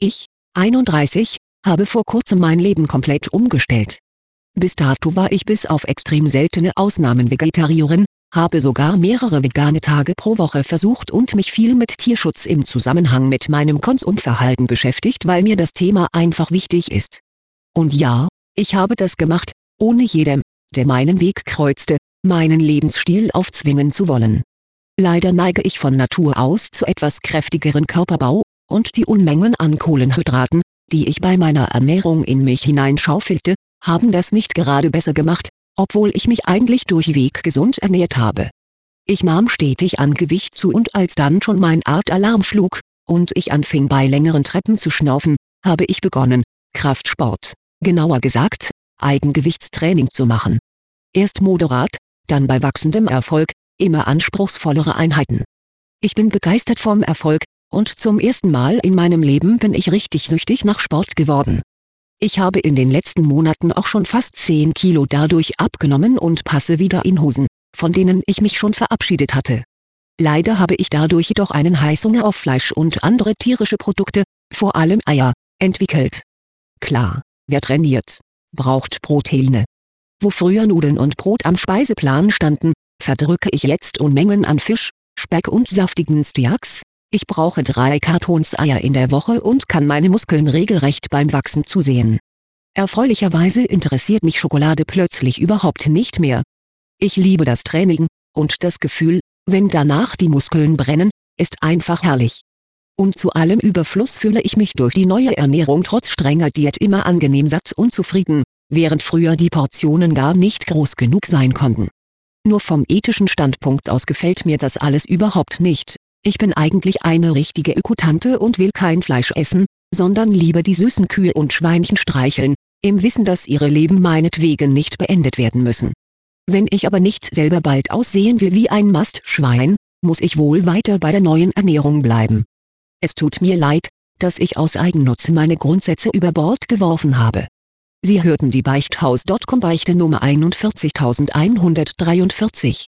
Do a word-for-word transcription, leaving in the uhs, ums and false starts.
Ich, einunddreißig, habe vor kurzem mein Leben komplett umgestellt. Bis dato war ich bis auf extrem seltene Ausnahmen Vegetarierin, habe sogar mehrere vegane Tage pro Woche versucht und mich viel mit Tierschutz im Zusammenhang mit meinem Konsumverhalten beschäftigt, weil mir das Thema einfach wichtig ist. Und ja, ich habe das gemacht, ohne jedem, der meinen Weg kreuzte, meinen Lebensstil aufzwingen zu wollen. Leider neige ich von Natur aus zu etwas kräftigeren Körperbau, und die Unmengen an Kohlenhydraten, die ich bei meiner Ernährung in mich hineinschaufelte, haben das nicht gerade besser gemacht, obwohl ich mich eigentlich durchweg gesund ernährt habe. Ich nahm stetig an Gewicht zu und als dann schon mein Artalarm schlug, und ich anfing bei längeren Treppen zu schnaufen, habe ich begonnen, Kraftsport, genauer gesagt, Eigengewichtstraining zu machen. Erst moderat, dann bei wachsendem Erfolg, immer anspruchsvollere Einheiten. Ich bin begeistert vom Erfolg, und zum ersten Mal in meinem Leben bin ich richtig süchtig nach Sport geworden. Ich habe in den letzten Monaten auch schon fast zehn Kilo dadurch abgenommen und passe wieder in Hosen, von denen ich mich schon verabschiedet hatte. Leider habe ich dadurch jedoch einen Heißhunger auf Fleisch und andere tierische Produkte, vor allem Eier, entwickelt. Klar, wer trainiert, braucht Proteine. Wo früher Nudeln und Brot am Speiseplan standen, verdrücke ich jetzt Unmengen an Fisch, Speck und saftigen Steaks. Ich brauche drei Kartons Eier in der Woche und kann meine Muskeln regelrecht beim Wachsen zusehen. Erfreulicherweise interessiert mich Schokolade plötzlich überhaupt nicht mehr. Ich liebe das Training, und das Gefühl, wenn danach die Muskeln brennen, ist einfach herrlich. Und zu allem Überfluss fühle ich mich durch die neue Ernährung trotz strenger Diät immer angenehm satt und zufrieden, während früher die Portionen gar nicht groß genug sein konnten. Nur vom ethischen Standpunkt aus gefällt mir das alles überhaupt nicht. Ich bin eigentlich eine richtige Ökotante und will kein Fleisch essen, sondern lieber die süßen Kühe und Schweinchen streicheln, im Wissen, dass ihre Leben meinetwegen nicht beendet werden müssen. Wenn ich aber nicht selber bald aussehen will wie ein Mastschwein, muss ich wohl weiter bei der neuen Ernährung bleiben. Es tut mir leid, dass ich aus Eigennutz meine Grundsätze über Bord geworfen habe. Sie hörten die Beichthaus Punkt com Beichte Nummer einundvierzigtausendeinhundertdreiundvierzig.